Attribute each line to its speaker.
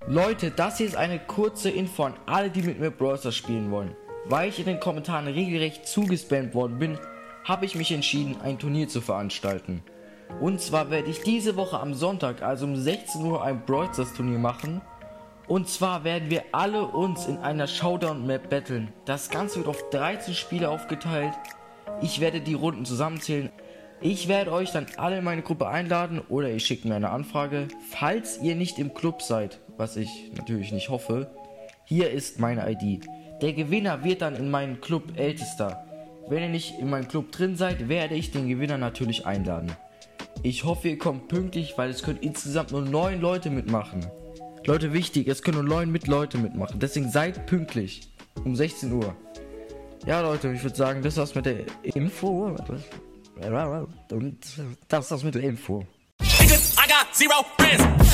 Speaker 1: Leute, das hier ist eine kurze Info an alle, die mit mir Brawl Stars spielen wollen. Weil ich in den Kommentaren regelrecht zugespammt worden bin, habe ich mich entschieden, ein Turnier zu veranstalten. Und zwar werde ich diese Woche am Sonntag, also um 16 Uhr, ein Brawl Stars Turnier machen. Und zwar werden wir alle uns in einer Showdown-Map battlen. Das Ganze wird auf 13 Spiele aufgeteilt. Ich werde die Runden zusammenzählen. Ich werde euch dann alle in meine Gruppe einladen oder ihr schickt mir eine Anfrage. Falls ihr nicht im Club seid, was ich natürlich nicht hoffe, hier ist meine ID. Der Gewinner wird dann in meinen Club Ältester. Wenn ihr nicht in meinem Club drin seid, werde ich den Gewinner natürlich einladen. Ich hoffe, ihr kommt pünktlich, weil es können insgesamt nur 9 Leute mitmachen. Leute, wichtig, es können nur 9 Leute mitmachen. Deswegen seid pünktlich. Um 16 Uhr. Ja, Leute, ich würde sagen, das war's mit der Info. Und das war's mit der Info.
Speaker 2: I got 0 friends.